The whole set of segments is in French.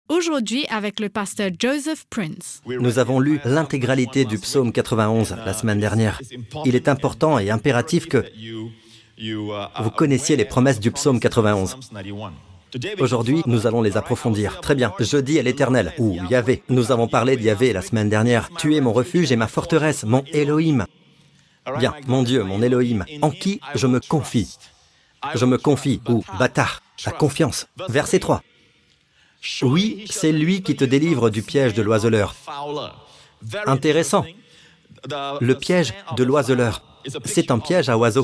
Aujourd'hui, avec le pasteur Joseph Prince. Nous avons lu l'intégralité du psaume 91 la semaine dernière. Il est important et impératif que vous connaissiez les promesses du psaume 91. Aujourd'hui, nous allons les approfondir. Très bien. Je dis à l'Éternel, ou Yahvé. Nous avons parlé de Yahvé la semaine dernière. Tu es mon refuge et ma forteresse, mon Elohim. Bien, mon Dieu, mon Elohim, en qui je me confie. Je me confie, ou bâtard, la confiance. Verset 3. Oui, c'est lui qui te délivre du piège de l'oiseleur. Intéressant. Le piège de l'oiseleur, c'est un piège à oiseaux.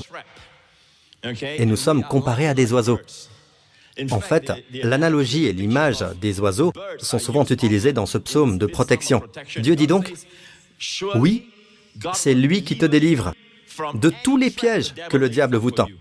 Et nous sommes comparés à des oiseaux. En fait, l'analogie et l'image des oiseaux sont souvent utilisées dans ce psaume de protection. Dieu dit donc, oui, c'est lui qui te délivre de tous les pièges que le diable vous tend.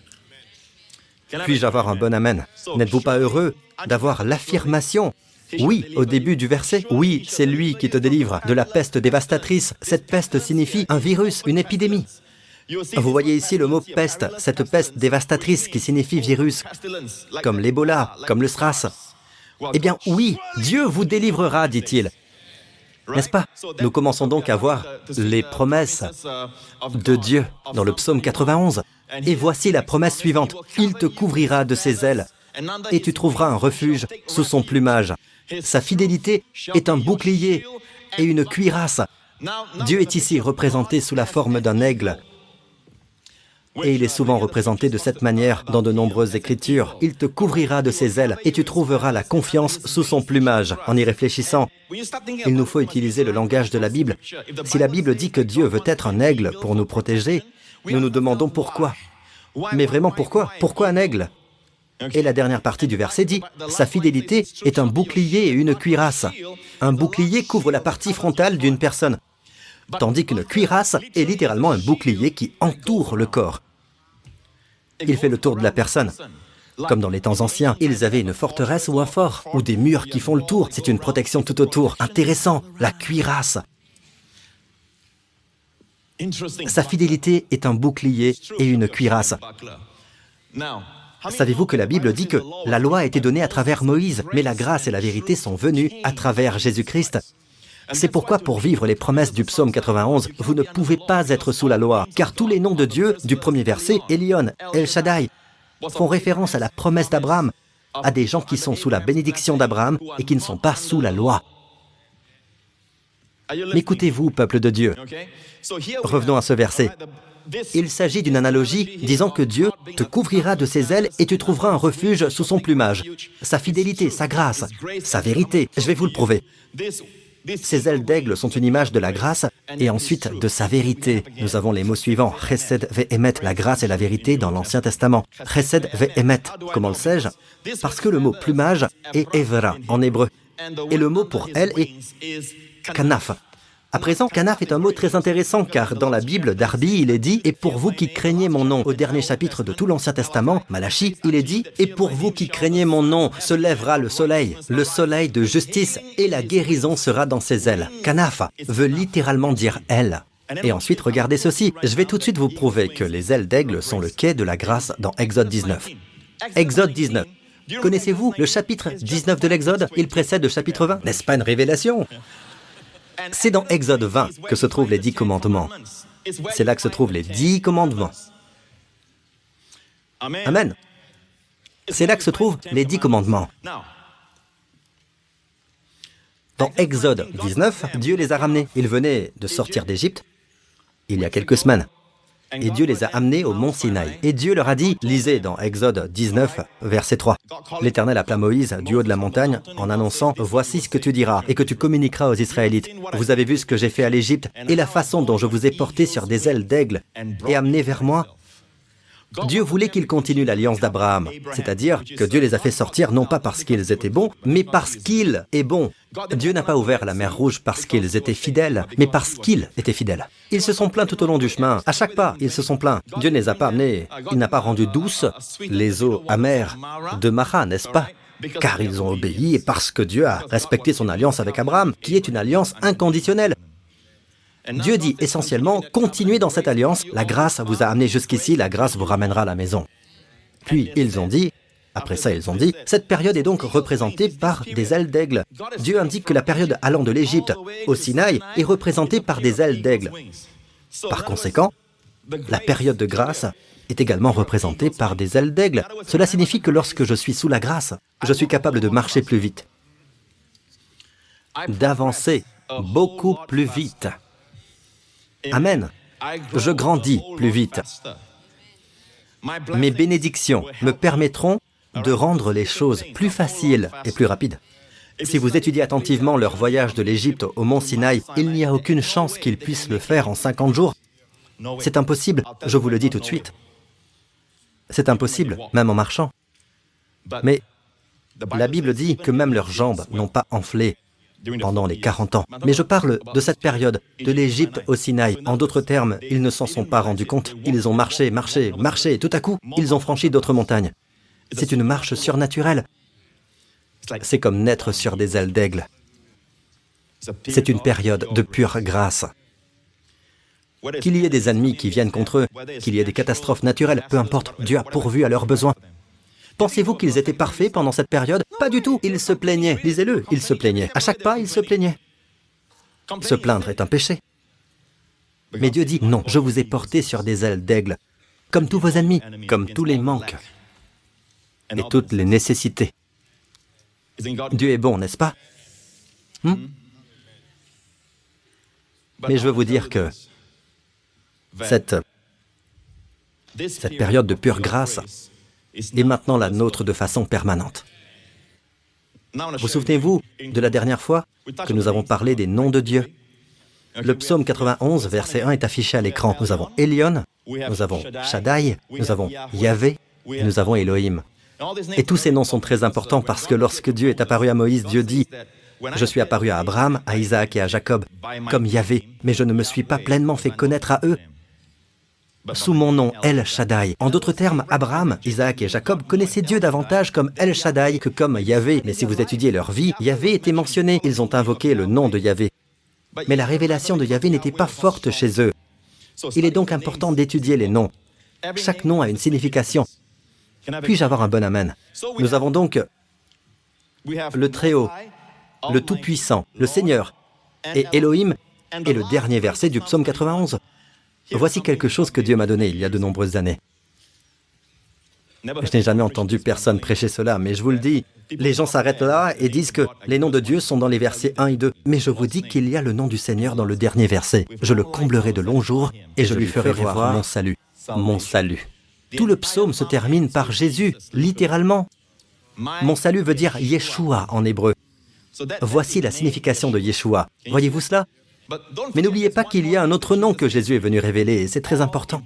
Puis-je avoir un bon amen? N'êtes-vous pas heureux d'avoir l'affirmation? Oui, au début du verset, oui, c'est lui qui te délivre de la peste dévastatrice. Cette peste signifie un virus, une épidémie. Vous voyez ici le mot peste, cette peste dévastatrice qui signifie virus, comme l'Ebola, comme le SRAS. Eh bien oui, Dieu vous délivrera, dit-il. N'est-ce pas? Nous commençons donc à voir les promesses de Dieu dans le psaume 91. Et voici la promesse suivante. Il te couvrira de ses ailes et tu trouveras un refuge sous son plumage. Sa fidélité est un bouclier et une cuirasse. Dieu est ici représenté sous la forme d'un aigle. Et il est souvent représenté de cette manière dans de nombreuses écritures. Il te couvrira de ses ailes et tu trouveras la confiance sous son plumage. En y réfléchissant, il nous faut utiliser le langage de la Bible. Si la Bible dit que Dieu veut être un aigle pour nous protéger, nous nous demandons pourquoi. Mais vraiment pourquoi? Pourquoi un aigle? Et la dernière partie du verset dit « Sa fidélité est un bouclier et une cuirasse ». Un bouclier couvre la partie frontale d'une personne, tandis qu'une cuirasse est littéralement un bouclier qui entoure le corps. Il fait le tour de la personne. Comme dans les temps anciens, ils avaient une forteresse ou un fort, ou des murs qui font le tour. C'est une protection tout autour. Intéressant, la cuirasse. Sa fidélité est un bouclier et une cuirasse. Savez-vous que la Bible dit que la loi a été donnée à travers Moïse, mais la grâce et la vérité sont venues à travers Jésus-Christ? C'est pourquoi, pour vivre les promesses du psaume 91, vous ne pouvez pas être sous la loi, car tous les noms de Dieu, du premier verset, Elion, El Shaddai, font référence à la promesse d'Abraham, à des gens qui sont sous la bénédiction d'Abraham et qui ne sont pas sous la loi. M'écoutez-vous, peuple de Dieu. Revenons à ce verset. Il s'agit d'une analogie disant que Dieu te couvrira de ses ailes et tu trouveras un refuge sous son plumage. Sa fidélité, sa grâce, sa vérité. Je vais vous le prouver. Ces ailes d'aigle sont une image de la grâce et ensuite de sa vérité. Nous avons les mots suivants, Chesed ve'emet, la grâce et la vérité dans l'Ancien Testament. Chesed ve'emet, comment le sais-je? Parce que le mot plumage est evra en hébreu. Et le mot pour elle est kanaf. À présent, kanaf est un mot très intéressant car dans la Bible d'Arbi, il est dit « Et pour vous qui craignez mon nom ». Au dernier chapitre de tout l'Ancien Testament, Malachi, il est dit « Et pour vous qui craignez mon nom, se lèvera le soleil de justice, et la guérison sera dans ses ailes ». Kanaf veut littéralement dire « aile ». Et ensuite, regardez ceci. Je vais tout de suite vous prouver que les ailes d'aigle sont le quai de la grâce dans Exode 19. Exode 19. Connaissez-vous le chapitre 19 de l'Exode? Il précède le chapitre 20. N'est-ce pas une révélation? C'est dans Exode 20 que se trouvent les 10 commandements. C'est là que se trouvent les 10 commandements. Amen. C'est là que se trouvent les 10 commandements. Dans Exode 19, Dieu les a ramenés. Ils venaient de sortir d'Égypte il y a quelques semaines. Et Dieu les a amenés au mont Sinaï. Et Dieu leur a dit, lisez dans Exode 19, verset 3. L'Éternel appela Moïse du haut de la montagne en annonçant, « Voici ce que tu diras et que tu communiqueras aux Israélites. Vous avez vu ce que j'ai fait à l'Égypte et la façon dont je vous ai porté sur des ailes d'aigle et amené vers moi. » Dieu voulait qu'ils continuent l'alliance d'Abraham, c'est-à-dire que Dieu les a fait sortir non pas parce qu'ils étaient bons, mais parce qu'il est bon. Dieu n'a pas ouvert la mer Rouge parce qu'ils étaient fidèles, mais parce qu'il était fidèle. Ils se sont plaints tout au long du chemin. À chaque pas, ils se sont plaints. Dieu ne les a pas amenés. Il n'a pas rendu douces les eaux amères de Mara, n'est-ce pas? Car ils ont obéi et parce que Dieu a respecté son alliance avec Abraham, qui est une alliance inconditionnelle. Dieu dit essentiellement, continuez dans cette alliance, la grâce vous a amené jusqu'ici, la grâce vous ramènera à la maison. Puis ils ont dit, Après ça, ils ont dit, cette période est donc représentée par des ailes d'aigle. Dieu indique que la période allant de l'Égypte au Sinaï est représentée par des ailes d'aigle. Par conséquent, la période de grâce est également représentée par des ailes d'aigle. Cela signifie que lorsque je suis sous la grâce, je suis capable de marcher plus vite, d'avancer beaucoup plus vite. Amen. Je grandis plus vite. Mes bénédictions me permettront de rendre les choses plus faciles et plus rapides. Si vous étudiez attentivement leur voyage de l'Égypte au mont Sinaï, il n'y a aucune chance qu'ils puissent le faire en 50 jours. C'est impossible, je vous le dis tout de suite. C'est impossible, même en marchant. Mais la Bible dit que même leurs jambes n'ont pas enflé pendant les 40 ans. Mais je parle de cette période, de l'Égypte au Sinaï. En d'autres termes, ils ne s'en sont pas rendus compte. Ils ont marché, marché, marché, et tout à coup, ils ont franchi d'autres montagnes. C'est une marche surnaturelle. C'est comme naître sur des ailes d'aigle. C'est une période de pure grâce. Qu'il y ait des ennemis qui viennent contre eux, qu'il y ait des catastrophes naturelles, peu importe, Dieu a pourvu à leurs besoins. Pensez-vous qu'ils étaient parfaits pendant cette période? Pas du tout. Ils se plaignaient. Lisez-le, ils se plaignaient. À chaque pas, ils se plaignaient. Se plaindre est un péché. Mais Dieu dit, non, je vous ai porté sur des ailes d'aigle, comme tous vos ennemis, comme tous les manques et toutes les nécessités. Dieu est bon, n'est-ce pas? Mais je veux vous dire que cette période de pure grâce est maintenant la nôtre de façon permanente. Vous souvenez-vous de la dernière fois que nous avons parlé des noms de Dieu? Le psaume 91, verset 1 est affiché à l'écran. Nous avons Elion, nous avons Shaddai, nous avons Yahvé, et nous avons Elohim. Et tous ces noms sont très importants parce que lorsque Dieu est apparu à Moïse, Dieu dit « Je suis apparu à Abraham, à Isaac et à Jacob, comme Yahvé, mais je ne me suis pas pleinement fait connaître à eux sous mon nom El Shaddai. » En d'autres termes, Abraham, Isaac et Jacob connaissaient Dieu davantage comme El Shaddai que comme Yahvé. Mais si vous étudiez leur vie, Yahvé était mentionné. Ils ont invoqué le nom de Yahvé. Mais la révélation de Yahvé n'était pas forte chez eux. Il est donc important d'étudier les noms. Chaque nom a une signification. Puis-je avoir un bon amen? Nous avons donc le Très-Haut, le Tout-Puissant, le Seigneur, et Elohim est le dernier verset du psaume 91. Voici quelque chose que Dieu m'a donné il y a de nombreuses années. Je n'ai jamais entendu personne prêcher cela, mais je vous le dis, les gens s'arrêtent là et disent que les noms de Dieu sont dans les versets 1 et 2. Mais je vous dis qu'il y a le nom du Seigneur dans le dernier verset. Je le comblerai de longs jours et je lui ferai voir mon salut. Mon salut. Tout le psaume se termine par Jésus, littéralement. Mon salut veut dire Yeshua en hébreu. Voici la signification de Yeshua. Voyez-vous cela? Mais n'oubliez pas qu'il y a un autre nom que Jésus est venu révéler, et c'est très important.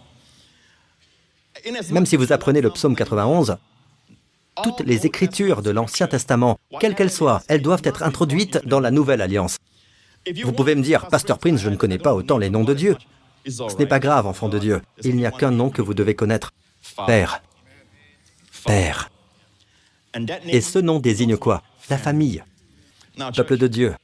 Même si vous apprenez le psaume 91, toutes les écritures de l'Ancien Testament, quelles qu'elles soient, elles doivent être introduites dans la Nouvelle Alliance. Vous pouvez me dire, Pasteur Prince, je ne connais pas autant les noms de Dieu. Ce n'est pas grave, enfant de Dieu. Il n'y a qu'un nom que vous devez connaître. Père. Père. Et ce nom désigne quoi? La famille. Peuple de Dieu.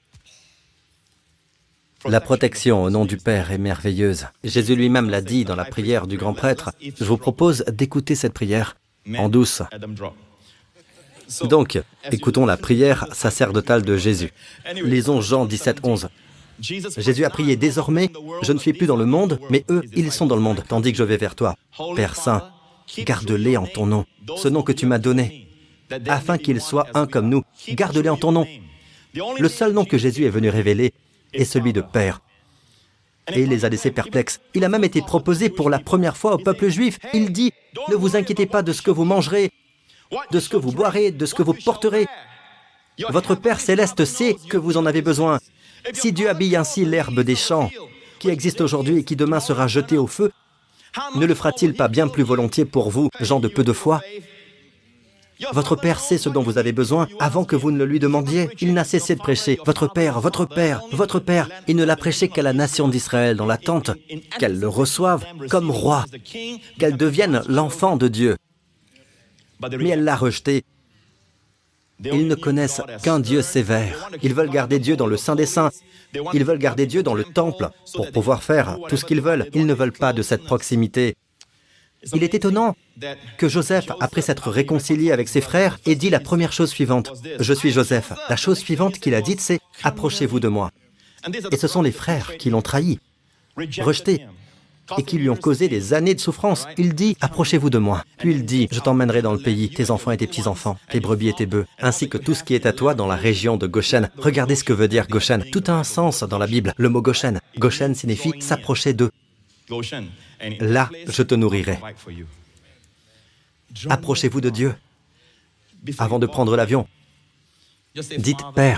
La protection au nom du Père est merveilleuse. Jésus lui-même l'a dit dans la prière du grand prêtre. Je vous propose d'écouter cette prière en douce. Donc, écoutons la prière sacerdotale de Jésus. Lisons Jean 17, 11. Jésus a prié, « Désormais, je ne suis plus dans le monde, mais eux, ils sont dans le monde, tandis que je vais vers toi. Père Saint, garde-les en ton nom, ce nom que tu m'as donné, afin qu'ils soient un comme nous. Garde-les en ton nom. » Le seul nom que Jésus est venu révéler est celui de Père. Et il les a laissés perplexes. Il a même été proposé pour la première fois au peuple juif. Il dit, « Ne vous inquiétez pas de ce que vous mangerez, de ce que vous boirez, de ce que vous porterez. Votre Père céleste sait que vous en avez besoin. Si Dieu habille ainsi l'herbe des champs, qui existe aujourd'hui et qui demain sera jetée au feu, ne le fera-t-il pas bien plus volontiers pour vous, gens de peu de foi? Votre Père sait ce dont vous avez besoin avant que vous ne le lui demandiez. Il n'a cessé de prêcher. Votre Père, votre Père, votre Père. Il ne l'a prêché qu'à la nation d'Israël dans l'attente qu'elle le reçoive comme roi, qu'elle devienne l'enfant de Dieu. Mais elle l'a rejeté. Ils ne connaissent qu'un Dieu sévère. Ils veulent garder Dieu dans le Saint des Saints. Ils veulent garder Dieu dans le temple pour pouvoir faire tout ce qu'ils veulent. Ils ne veulent pas de cette proximité. Il est étonnant que Joseph, après s'être réconcilié avec ses frères, ait dit la première chose suivante. « Je suis Joseph ». La chose suivante qu'il a dite, c'est « Approchez-vous de moi ». Et ce sont les frères qui l'ont trahi, rejeté, et qui lui ont causé des années de souffrance. Il dit « Approchez-vous de moi ». Puis il dit « Je t'emmènerai dans le pays, tes enfants et tes petits-enfants, tes brebis et tes bœufs, ainsi que tout ce qui est à toi dans la région de Goshen. » Regardez ce que veut dire Goshen. Tout a un sens dans la Bible. Le mot Goshen. Goshen signifie « s'approcher d'eux ». Là, je te nourrirai. Approchez-vous de Dieu. Avant de prendre l'avion, dites « Père ».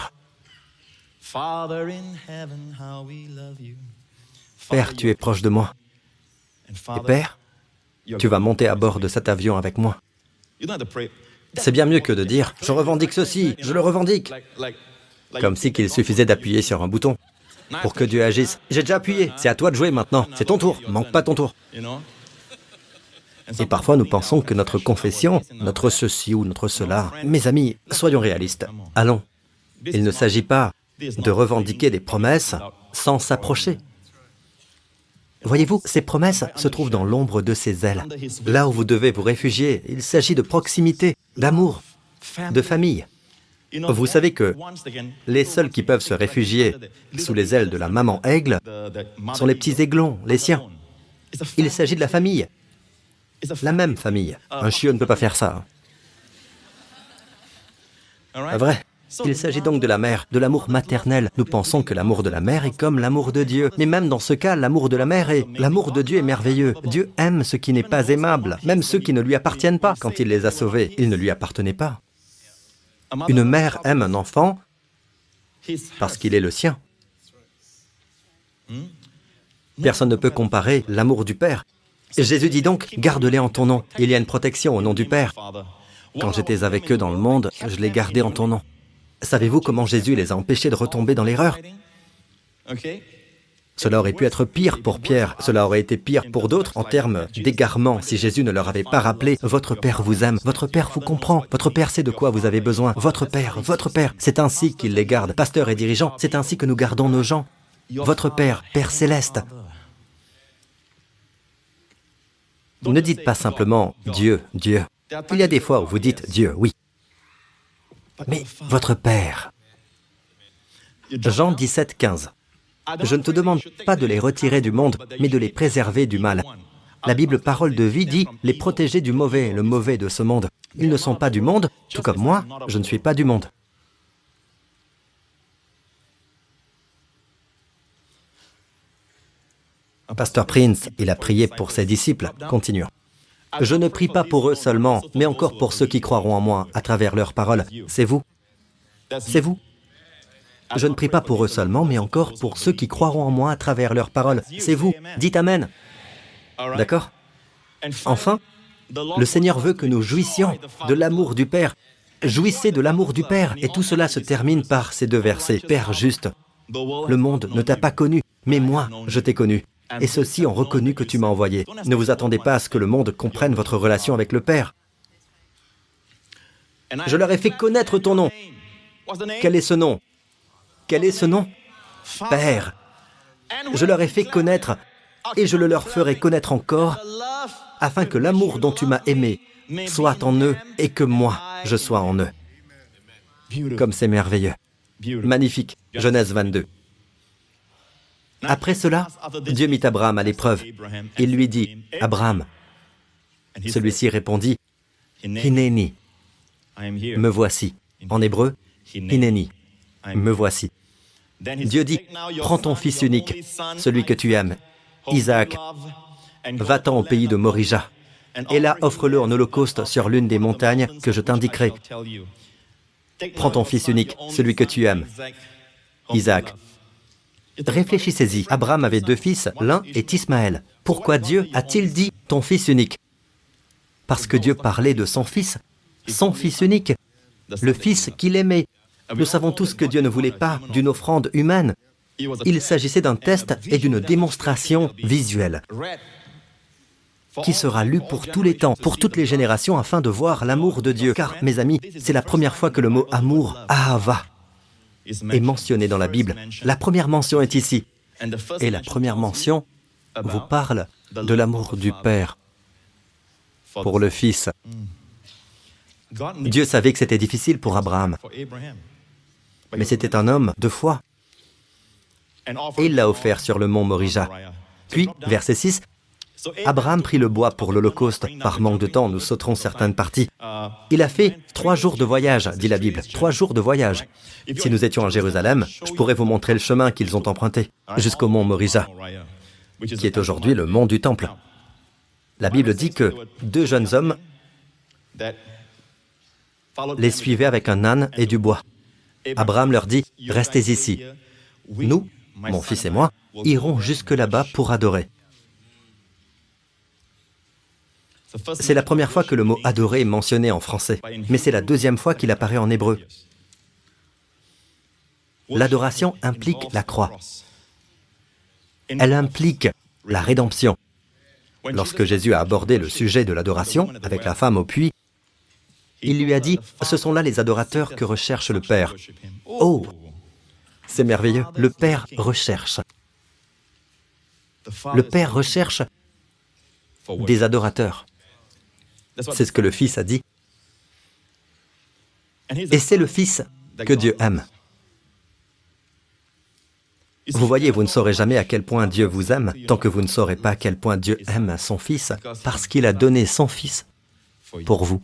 Père, tu es proche de moi. Et Père, tu vas monter à bord de cet avion avec moi. C'est bien mieux que de dire « Je revendique ceci, je le revendique ». Comme si qu'il suffisait d'appuyer sur un bouton pour que Dieu agisse. J'ai déjà appuyé, c'est à toi de jouer maintenant. C'est ton tour, manque pas ton tour. Et parfois nous pensons que notre confession, notre ceci ou notre cela... Mes amis, soyons réalistes. Allons, il ne s'agit pas de revendiquer des promesses sans s'approcher. Voyez-vous, ces promesses se trouvent dans l'ombre de ses ailes. Là où vous devez vous réfugier, il s'agit de proximité, d'amour, de famille. Vous savez que les seuls qui peuvent se réfugier sous les ailes de la maman aigle sont les petits aiglons, les siens. Il s'agit de la famille, la même famille. Un chiot ne peut pas faire ça. Vrai. Il s'agit donc de la mère, de l'amour maternel. Nous pensons que l'amour de la mère est comme l'amour de Dieu. Mais même dans ce cas, l'amour de la mère est... L'amour de Dieu est merveilleux. Dieu aime ce qui n'est pas aimable, même ceux qui ne lui appartiennent pas. Quand il les a sauvés, ils ne lui appartenaient pas. Une mère aime un enfant parce qu'il est le sien. Personne ne peut comparer l'amour du Père. Jésus dit donc, garde-les en ton nom. Il y a une protection au nom du Père. Quand j'étais avec eux dans le monde, je les gardais en ton nom. Savez-vous comment Jésus les a empêchés de retomber dans l'erreur? Cela aurait pu être pire pour Pierre, cela aurait été pire pour d'autres en termes d'égarement si Jésus ne leur avait pas rappelé « Votre Père vous aime, votre Père vous comprend, votre Père sait de quoi vous avez besoin, votre Père, c'est ainsi qu'il les garde. Pasteurs et dirigeants, c'est ainsi que nous gardons nos gens. Votre Père, Père céleste. » Ne dites pas simplement « Dieu, Dieu ». Il y a des fois où vous dites « Dieu, oui ». Mais votre Père. Jean 17, 15. Je ne te demande pas de les retirer du monde, mais de les préserver du mal. La Bible Parole de vie dit les protéger du mauvais, le mauvais de ce monde. Ils ne sont pas du monde, tout comme moi, je ne suis pas du monde. Pasteur Prince, il a prié pour ses disciples. Continuons. Je ne prie pas pour eux seulement, mais encore pour ceux qui croiront en moi à travers leurs paroles. C'est vous. C'est vous. Je ne prie pas pour eux seulement, mais encore pour ceux qui croiront en moi à travers leurs paroles. C'est vous. Dites Amen. D'accord? Enfin, le Seigneur veut que nous jouissions de l'amour du Père. Jouissez de l'amour du Père. Et tout cela se termine par ces deux versets. Père juste, le monde ne t'a pas connu, mais moi, je t'ai connu. Et ceux-ci ont reconnu que tu m'as envoyé. Ne vous attendez pas à ce que le monde comprenne votre relation avec le Père. Je leur ai fait connaître ton nom. Quel est ce nom? Quel est ce nom? Père. Je leur ai fait connaître, et je le leur ferai connaître encore, afin que l'amour dont tu m'as aimé soit en eux, et que moi, je sois en eux. Comme c'est merveilleux. Magnifique. Genèse 22. Après cela, Dieu mit Abraham à l'épreuve. Il lui dit, « Abraham. » Celui-ci répondit, « Hineni. » Me voici. En hébreu, « Hineni. » Me voici. Dieu dit, « Prends ton fils unique, celui que tu aimes, Isaac, va-t'en au pays de Morija, et là offre-le en holocauste sur l'une des montagnes que je t'indiquerai. Prends ton fils unique, celui que tu aimes, Isaac. » Réfléchissez-y. Abraham avait deux fils, l'un est Ismaël. Pourquoi Dieu a-t-il dit « ton fils unique » ? Parce que Dieu parlait de son fils unique, le fils qu'il aimait. Nous savons tous que Dieu ne voulait pas d'une offrande humaine. Il s'agissait d'un test et d'une démonstration visuelle qui sera lue pour tous les temps, pour toutes les générations, afin de voir l'amour de Dieu. Car, mes amis, c'est la première fois que le mot « amour » Ahava est mentionné dans la Bible. La première mention est ici. Et la première mention vous parle de l'amour du Père. pour le fils. Dieu savait que c'était difficile pour Abraham, mais c'était un homme de foi. Et il l'a offert sur le mont Morija. Puis, verset 6, Abraham prit le bois pour l'Holocauste. Par manque de temps, nous sauterons certaines parties. Il a fait 3 jours de voyage, dit la Bible. 3 jours de voyage. Si nous étions à Jérusalem, je pourrais vous montrer le chemin qu'ils ont emprunté, jusqu'au mont Morija, qui est aujourd'hui le mont du Temple. La Bible dit que 2 jeunes hommes les suivaient avec un âne et du bois. Abraham leur dit, « Restez ici. Nous, mon fils et moi, irons jusque là-bas pour adorer. » C'est la première fois que le mot « adorer » est mentionné en français, mais c'est la 2e fois qu'il apparaît en hébreu. L'adoration implique la croix. Elle implique la rédemption. Lorsque Jésus a abordé le sujet de l'adoration avec la femme au puits, il lui a dit, « Ce sont là les adorateurs que recherche le Père. » Oh, c'est merveilleux, le Père recherche. Le Père recherche des adorateurs. C'est ce que le Fils a dit. Et c'est le Fils que Dieu aime. Vous voyez, vous ne saurez jamais à quel point Dieu vous aime tant que vous ne saurez pas à quel point Dieu aime son Fils, parce qu'il a donné son Fils pour vous.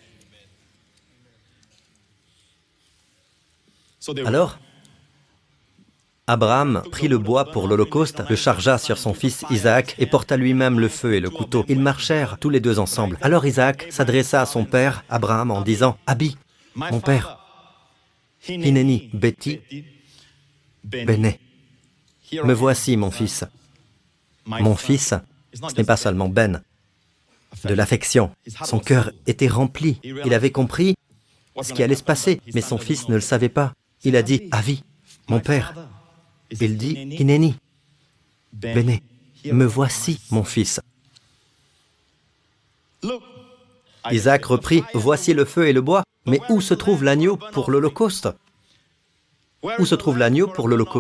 Alors, Abraham prit le bois pour l'Holocauste, le chargea sur son fils Isaac et porta lui-même le feu et le couteau. Ils marchèrent tous les 2 ensemble. Alors Isaac s'adressa à son père, Abraham, en disant, « Abi, mon père, Hineni, Beti, Bene, me voici, mon fils. » Mon fils, ce n'est pas seulement Ben, de l'affection. Son cœur était rempli. Il avait compris ce qui allait se passer, mais son fils ne le savait pas. Il a dit, « Avi, mon père. » Il dit, « Hineni, Bene, me voici, mon fils. » Isaac reprit, « Voici le feu et le bois, mais où se trouve l'agneau pour l'Holocauste? Où se trouve l'agneau pour l'Holocauste? »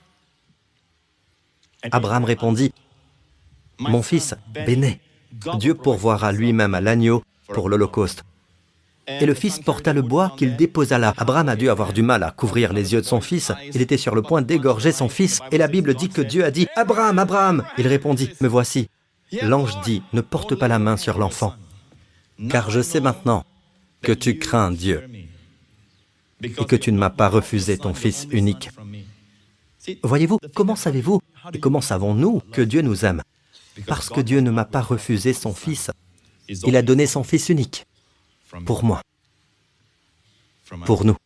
Abraham répondit, « Mon fils, Bene, Dieu pourvoira lui-même à l'agneau pour l'Holocauste. » Et le fils porta le bois qu'il déposa là. Abraham a dû avoir du mal à couvrir les yeux de son fils. Il était sur le point d'égorger son fils. Et la Bible dit que Dieu a dit, « Abraham, Abraham !» Il répondit, « Me voici. » L'ange dit, « Ne porte pas la main sur l'enfant, car je sais maintenant que tu crains Dieu et que tu ne m'as pas refusé ton fils unique. » Voyez-vous, comment savez-vous et comment savons-nous que Dieu nous aime? Parce que Dieu ne m'a pas refusé son fils. Il a donné son fils unique. Pour moi, pour nous.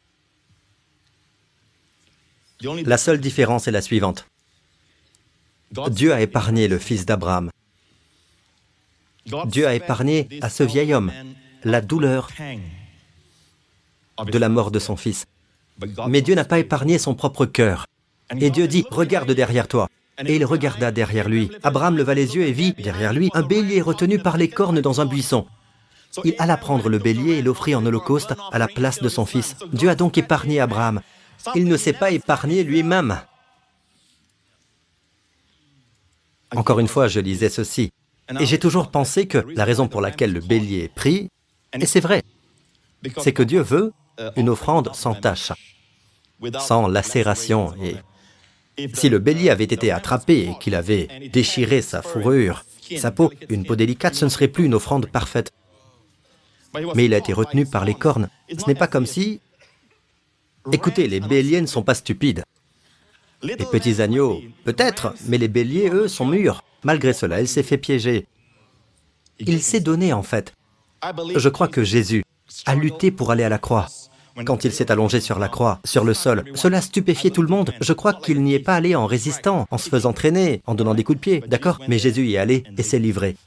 La seule différence est la suivante. Dieu a épargné le fils d'Abraham. Dieu a épargné à ce vieil homme la douleur de la mort de son fils. Mais Dieu n'a pas épargné son propre cœur. Et Dieu dit, « Regarde derrière toi. » Et il regarda derrière lui. Abraham leva les yeux et vit, derrière lui, un bélier retenu par les cornes dans un buisson. Il alla prendre le bélier et l'offrit en holocauste à la place de son fils. Dieu a donc épargné Abraham. Il ne s'est pas épargné lui-même. Encore une fois, je lisais ceci. Et j'ai toujours pensé que la raison pour laquelle le bélier est pris, et c'est vrai, c'est que Dieu veut une offrande sans tache, sans lacération. Et si le bélier avait été attrapé et qu'il avait déchiré sa fourrure, sa peau, une peau délicate, ce ne serait plus une offrande parfaite. Mais il a été retenu par les cornes. Ce n'est pas comme si... Écoutez, les béliers ne sont pas stupides. Les petits agneaux, peut-être, mais les béliers, eux, sont mûrs. Malgré cela, il s'est fait piéger. Il s'est donné, en fait. Je crois que Jésus a lutté pour aller à la croix. Quand il s'est allongé sur la croix, sur le sol, cela stupéfiait tout le monde. Je crois qu'il n'y est pas allé en résistant, en se faisant traîner, en donnant des coups de pied, d'accord? Mais Jésus y est allé et s'est livré.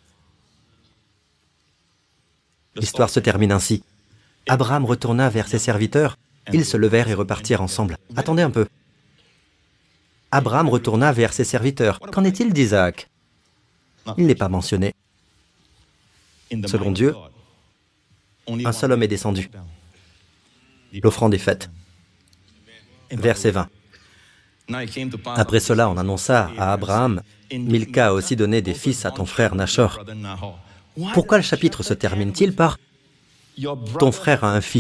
L'histoire se termine ainsi. Abraham retourna vers ses serviteurs. Ils se levèrent et repartirent ensemble. Attendez un peu. Abraham retourna vers ses serviteurs. Qu'en est-il d'Isaac? Il n'est pas mentionné. Selon Dieu, un seul homme est descendu. L'offrande est faite. Verset 20. Après cela, on annonça à Abraham, « Milca a aussi donné des fils à ton frère Nachor. » Pourquoi le chapitre se termine-t-il par « Ton frère a un fils » ?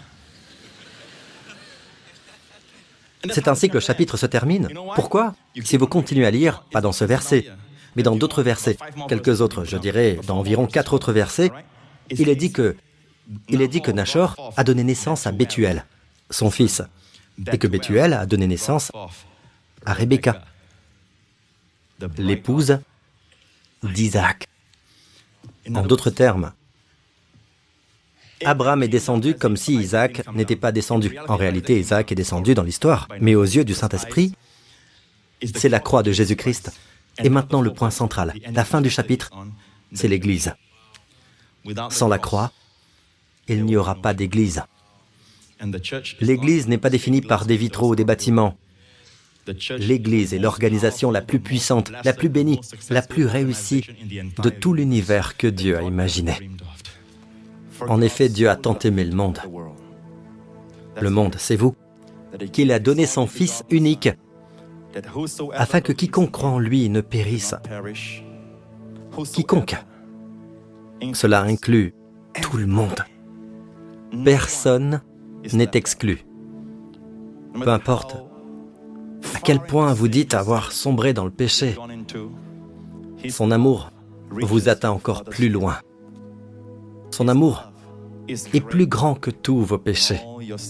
C'est ainsi que le chapitre se termine. Pourquoi ? Si vous continuez à lire, pas dans ce verset, mais dans d'autres versets, quelques autres, je dirais, dans environ 4 autres versets, il est dit que Nachor a donné naissance à Bethuel, son fils, et que Bethuel a donné naissance à Rebecca, l'épouse d'Isaac. En d'autres termes, Abraham est descendu comme si Isaac n'était pas descendu. En réalité, Isaac est descendu dans l'histoire, mais aux yeux du Saint-Esprit, c'est la croix de Jésus-Christ. Et maintenant, le point central, la fin du chapitre, c'est l'Église. Sans la croix, il n'y aura pas d'Église. L'Église n'est pas définie par des vitraux ou des bâtiments. L'Église est l'organisation la plus puissante, la plus bénie, la plus réussie de tout l'univers que Dieu a imaginé. En effet, Dieu a tant aimé le monde. Le monde, c'est vous, qu'il a donné son Fils unique, afin que quiconque croit en lui ne périsse. Quiconque. Cela inclut tout le monde. Personne n'est exclu. Peu importe à quel point vous dites avoir sombré dans le péché, son amour vous atteint encore plus loin. Son amour est plus grand que tous vos péchés.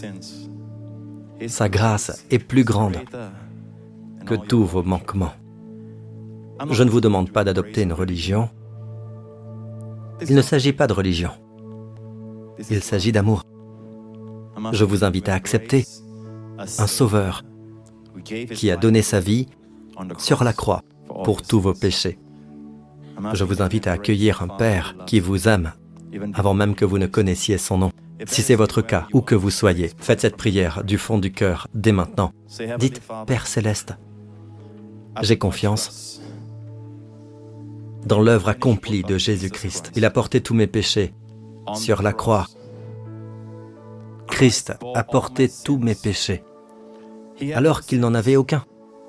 Sa grâce est plus grande que tous vos manquements. Je ne vous demande pas d'adopter une religion. Il ne s'agit pas de religion. Il s'agit d'amour. Je vous invite à accepter un Sauveur qui a donné sa vie sur la croix pour tous vos péchés. Je vous invite à accueillir un Père qui vous aime avant même que vous ne connaissiez son nom. Si c'est votre cas, où que vous soyez, faites cette prière du fond du cœur dès maintenant. Dites, Père Céleste, j'ai confiance dans l'œuvre accomplie de Jésus-Christ. Il a porté tous mes péchés sur la croix. Christ a porté tous mes péchés, alors qu'il n'en avait aucun.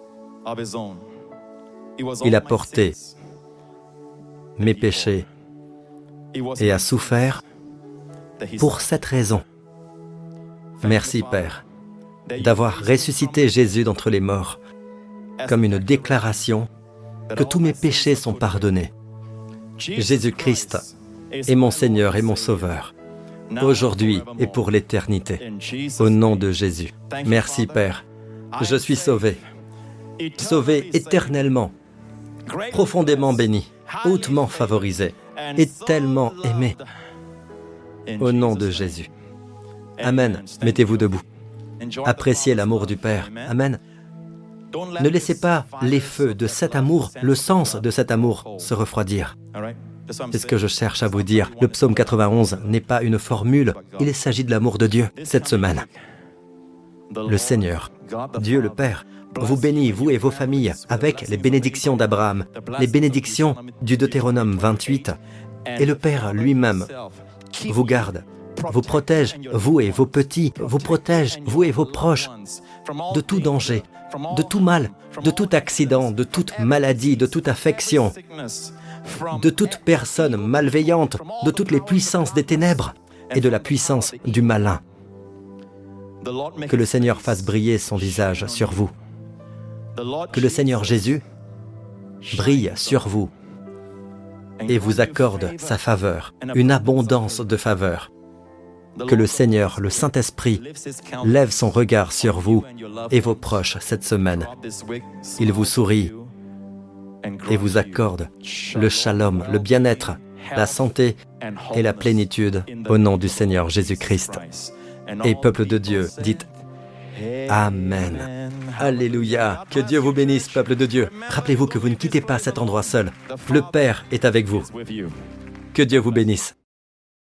Il a porté mes péchés et a souffert pour cette raison. Merci, Père, d'avoir ressuscité Jésus d'entre les morts comme une déclaration que tous mes péchés sont pardonnés. Jésus-Christ est mon Seigneur et mon Sauveur, aujourd'hui et pour l'éternité. Au nom de Jésus. Merci, Père. Je suis sauvé. Sauvé éternellement, profondément béni, hautement favorisé et tellement aimé. Au nom de Jésus. Amen. Mettez-vous debout. Appréciez l'amour du Père. Amen. Ne laissez pas les feux de cet amour, le sens de cet amour, se refroidir. C'est ce que je cherche à vous dire. Le psaume 91 n'est pas une formule, il s'agit de l'amour de Dieu cette semaine. Le Seigneur, Dieu le Père, vous bénit, vous et vos familles, avec les bénédictions d'Abraham, les bénédictions du Deutéronome 28, et le Père lui-même vous garde, vous protège, vous et vos petits, vous protège, vous et vos proches, de tout danger, de tout mal, de tout accident, de toute maladie, de toute affection, de toute personne malveillante, de toutes les puissances des ténèbres et de la puissance du malin. Que le Seigneur fasse briller son visage sur vous. Que le Seigneur Jésus brille sur vous et vous accorde sa faveur, une abondance de faveur. Que le Seigneur, le Saint-Esprit, lève son regard sur vous et vos proches cette semaine. Il vous sourit et vous accorde le shalom, le bien-être, la santé et la plénitude au nom du Seigneur Jésus-Christ. Et peuple de Dieu, dites Amen. Alléluia. Que Dieu vous bénisse, peuple de Dieu. Rappelez-vous que vous ne quittez pas cet endroit seul. Le Père est avec vous. Que Dieu vous bénisse.